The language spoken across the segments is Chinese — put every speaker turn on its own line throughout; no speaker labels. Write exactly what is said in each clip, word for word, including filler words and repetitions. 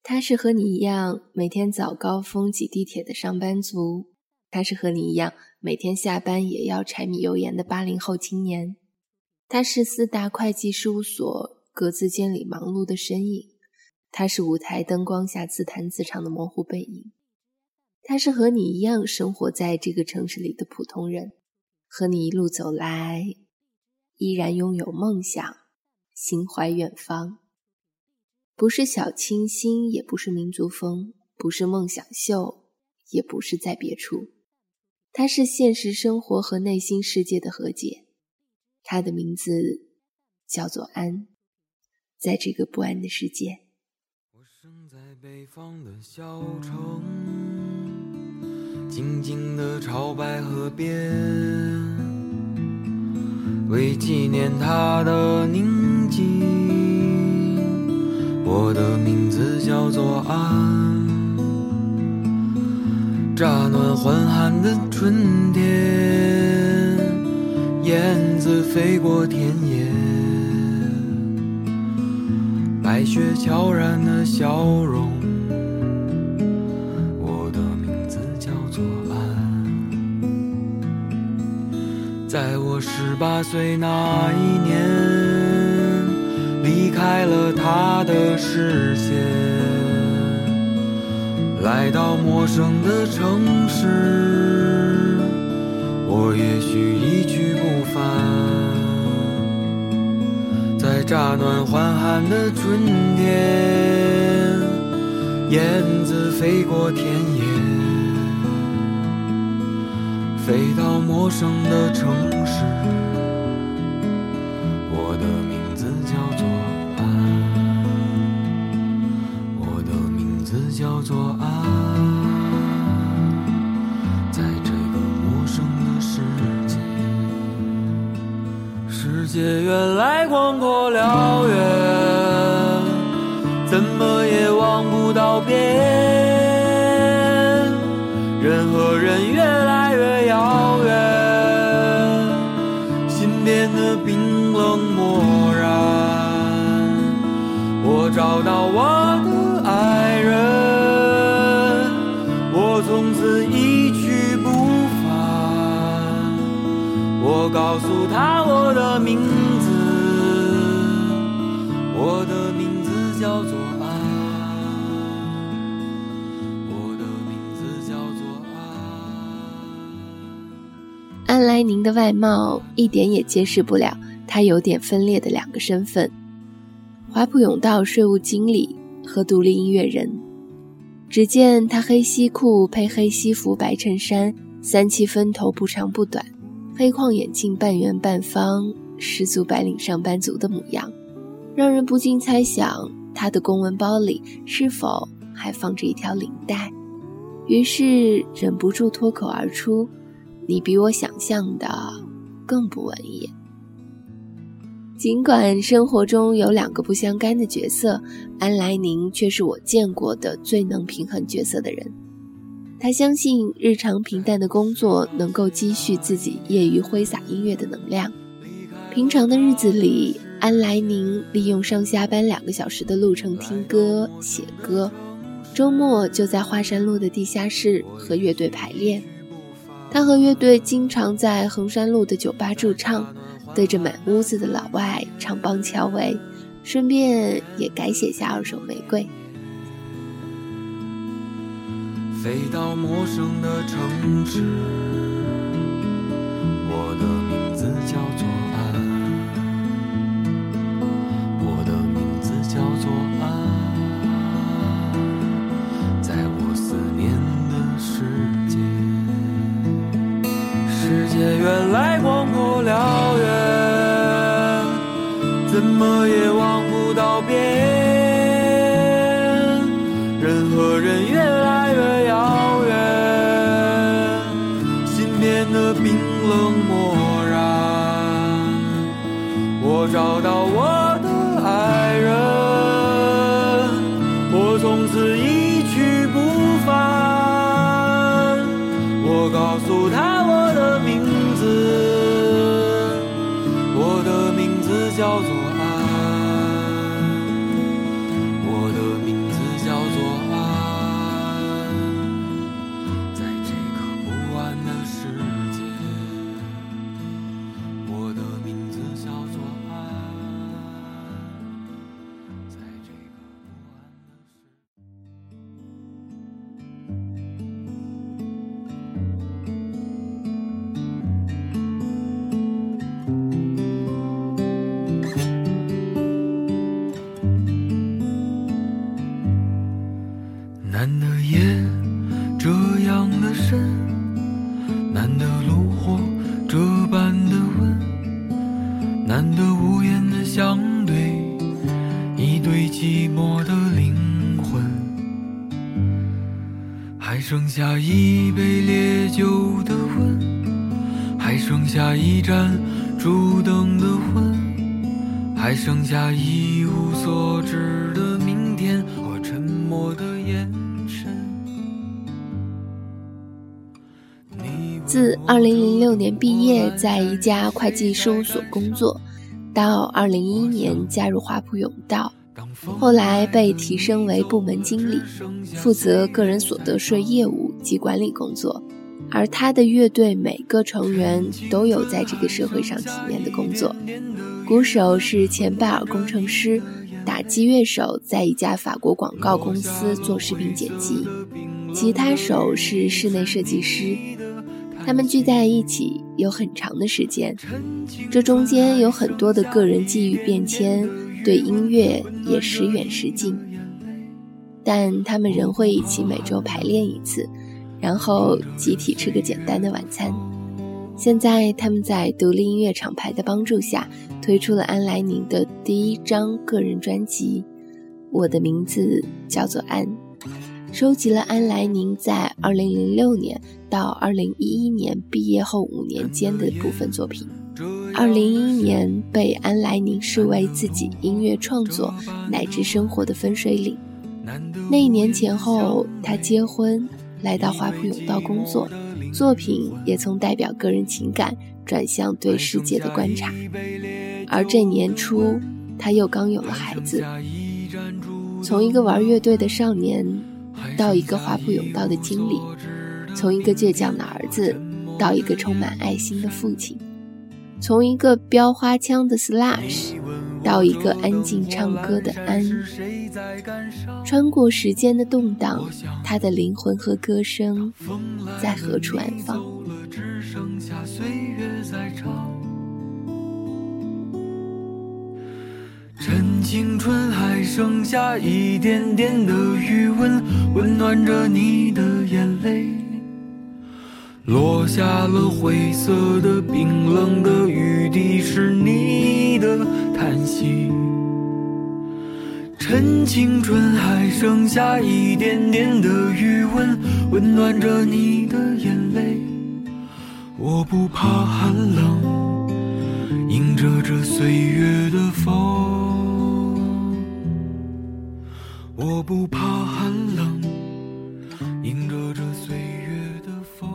他是和你一样每天早高峰挤地铁的上班族，他是和你一样每天下班也要柴米油盐的八零后青年，他是四大会计事务所格子间里忙碌的身影，他是舞台灯光下自弹自唱的模糊背影，他是和你一样生活在这个城市里的普通人，和你一路走来依然拥有梦想，心怀远方。不是小清新，也不是民族风，不是梦想秀，也不是在别处，它是现实生活和内心世界的和解。它的名字叫做安，在这个不安的世界。
我生在北方的小城，静静的朝白河边，为纪念它的宁静，我的名字叫做安。乍暖还寒的春天，燕子飞过田野，白雪悄然的笑容，我的名字叫做安。在我十八岁那一年，离开了他的视线，来到陌生的城市，我也许一去不返。在乍暖还寒的春天，燕子飞过田野，飞到陌生的城市，我的名字叫做安，我的名字叫做安。在这个陌生的世界，世界原来广阔辽远，怎么也望不到边，人和人越来越遥远，心变得冰冷漠然。我找到我的爱人，我从此一去不返。我告诉他我的名字，我的名字叫做安，我的名字叫做安。
安来宁的外貌一点也揭示不了他有点分裂的两个身份，华普永道税务经理和独立音乐人。只见他黑西裤配黑西服白衬衫，三七分头不长不短，黑框眼镜半圆半方，十足白领上班族的模样，让人不禁猜想他的公文包里是否还放着一条领带，于是忍不住脱口而出，你比我想象的更不文艺。尽管生活中有两个不相干的角色，安来宁却是我见过的最能平衡角色的人。他相信日常平淡的工作能够积蓄自己业余挥洒音乐的能量。平常的日子里，安来宁利用上下班两个小时的路程听歌写歌，周末就在华山路的地下室和乐队排练。他和乐队经常在衡山路的酒吧驻唱，对着满屋子的老外唱邦乔维，顺便也改写下二手玫瑰。
飞到陌生的城市，我的名字叫做安，我的名字叫做安。在我思念的世界，世界原来广阔辽远，怎么也望不到边，人和人越来越遥远，心变得冰冷漠然。我找到我的爱人，我从此一去不返。我告诉他我的名字，我的名字叫做安，我的名字叫做难得夜这样的深，难得炉火这般的温，难得无言的相对，一对寂寞的灵魂。还剩下一杯烈酒的温，还剩下一盏烛灯的昏，还剩下一无所知的明天和沉默的眼神。
自二零零六年毕业，在一家会计事务所工作，到二零一一年加入华普永道，后来被提升为部门经理，负责个人所得税业务及管理工作。而他的乐队每个成员都有在这个社会上体面的工作。鼓手是前拜耳工程师，打击乐手在一家法国广告公司做视频剪辑，吉他手是室内设计师。他们聚在一起有很长的时间，这中间有很多的个人际遇变迁，对音乐也时远时近。但他们仍会一起每周排练一次，然后集体吃个简单的晚餐。现在他们在独立音乐厂牌的帮助下，推出了安来宁的第一张个人专辑《我的名字叫做安》，收集了安来宁在二零零六年到二零一一年毕业后五年间的部分作品。二零一一年被安来宁视为自己音乐创作乃至生活的分水岭。那一年前后，他结婚，来到华普永道工作，作品也从代表个人情感转向对世界的观察。而这年初，他又刚有了孩子，从一个玩乐队的少年到一个华普永道的经理，从一个倔强的儿子到一个充满爱心的父亲，从一个飙花腔的 Slash 到一个安静唱歌的安。穿过时间的动荡，他的灵魂和歌声在何处安放？
只剩下岁月在唱，趁青春还剩下一点点的余温，温暖着你的眼泪，落下了灰色的冰冷的雨滴，是你的叹息。趁青春还剩下一点点的余温，温暖着你的眼泪，我不怕寒冷，迎着这岁月的风，我不怕寒冷，迎着这岁月的风。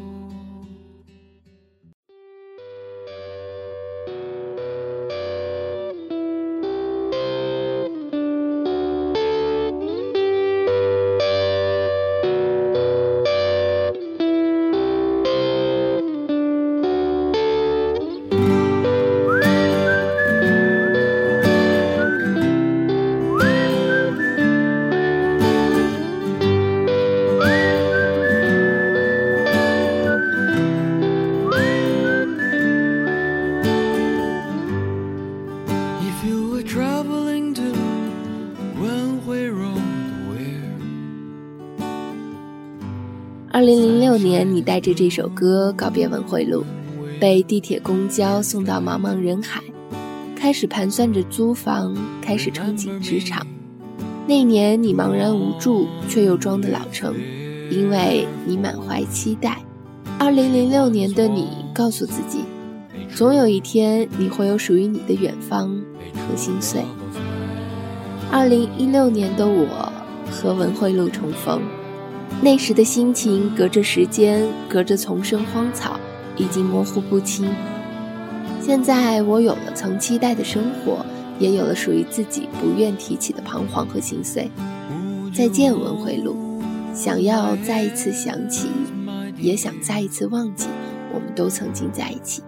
二零零六年，你带着这首歌告别文汇路，被地铁公交送到茫茫人海，开始盘算着租房，开始憧憬职场。那年你茫然无助，却又装得老成，因为你满怀期待。二零零六年的你告诉自己，总有一天你会有属于你的远方和心碎。二零一六年的我和文汇路重逢，那时的心情隔着时间，隔着丛生荒草，已经模糊不清。现在我有了曾期待的生活，也有了属于自己不愿提起的彷徨和心碎。再见文汇路，想要再一次想起，也想再一次忘记我们都曾经在一起。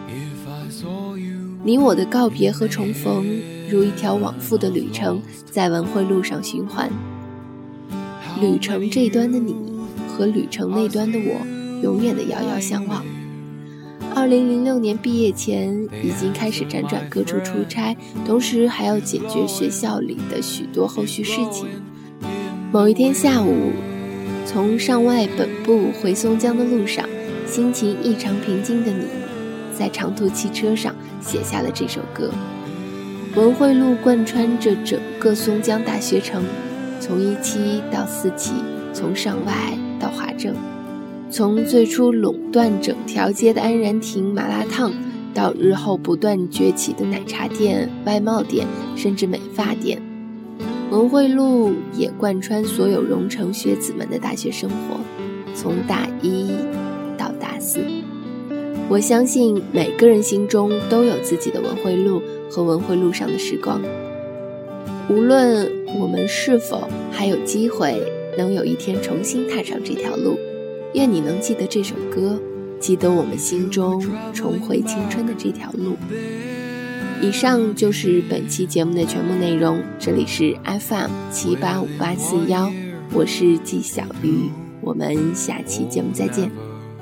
你我的告别和重逢，如一条往复的旅程，在文汇路上循环。旅程这端的你和旅程那端的我，永远的遥遥相望。二零零六年毕业前，已经开始辗转各处出差，同时还要解决学校里的许多后续事情。 某一天下午，从上外本部回松江的路上，心情异常平静的你，在长途汽车上写下了这首歌。文汇路贯穿着整个松江大学城，从一期到四期，从上外到华正，从最初垄断整条街的安然亭麻辣烫，到日后不断崛起的奶茶店、外贸店，甚至美发店。文汇路也贯穿所有蓉城学子们的大学生活，从大一到大四。我相信每个人心中都有自己的文汇路和文汇路上的时光。无论我们是否还有机会能有一天重新踏上这条路，愿你能记得这首歌，记得我们心中重回青春的这条路。以上就是本期节目的全部内容，这里是 F M 七八五八四一，我是纪晓鱼，我们下期节目再见。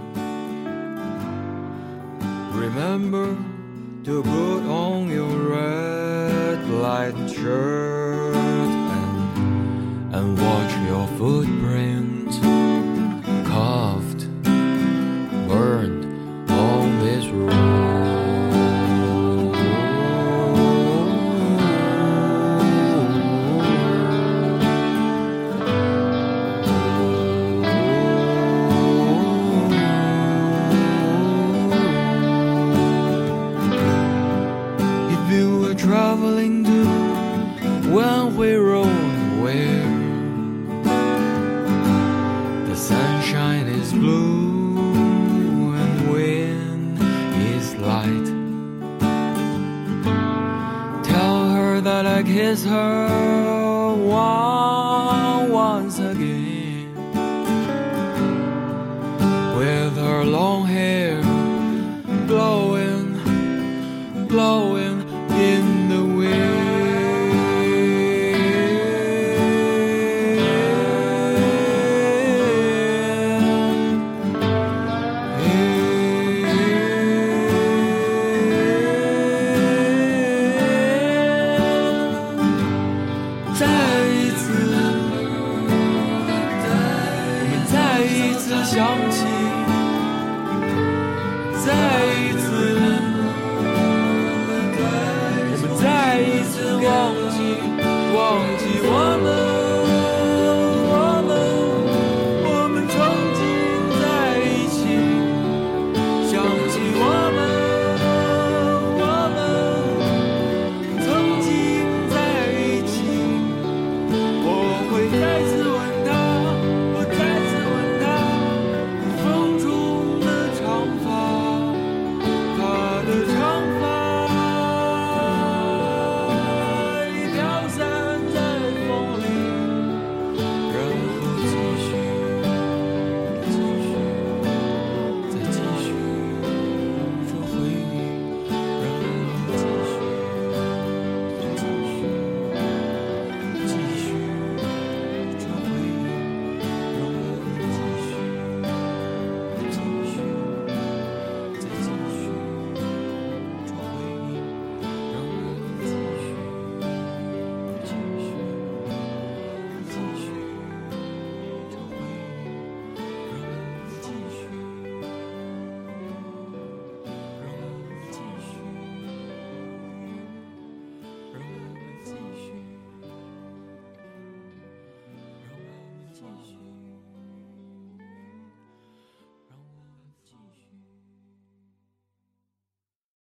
Remember to put on your red light shirt and, and watch your footprints carved, burned on this road. Traveling to Wenhui Road, where the sunshine is blue and wind is light. Tell her that I kiss her once again, with her long hair blowing, blowing in the wind.再一次，我们再一次想起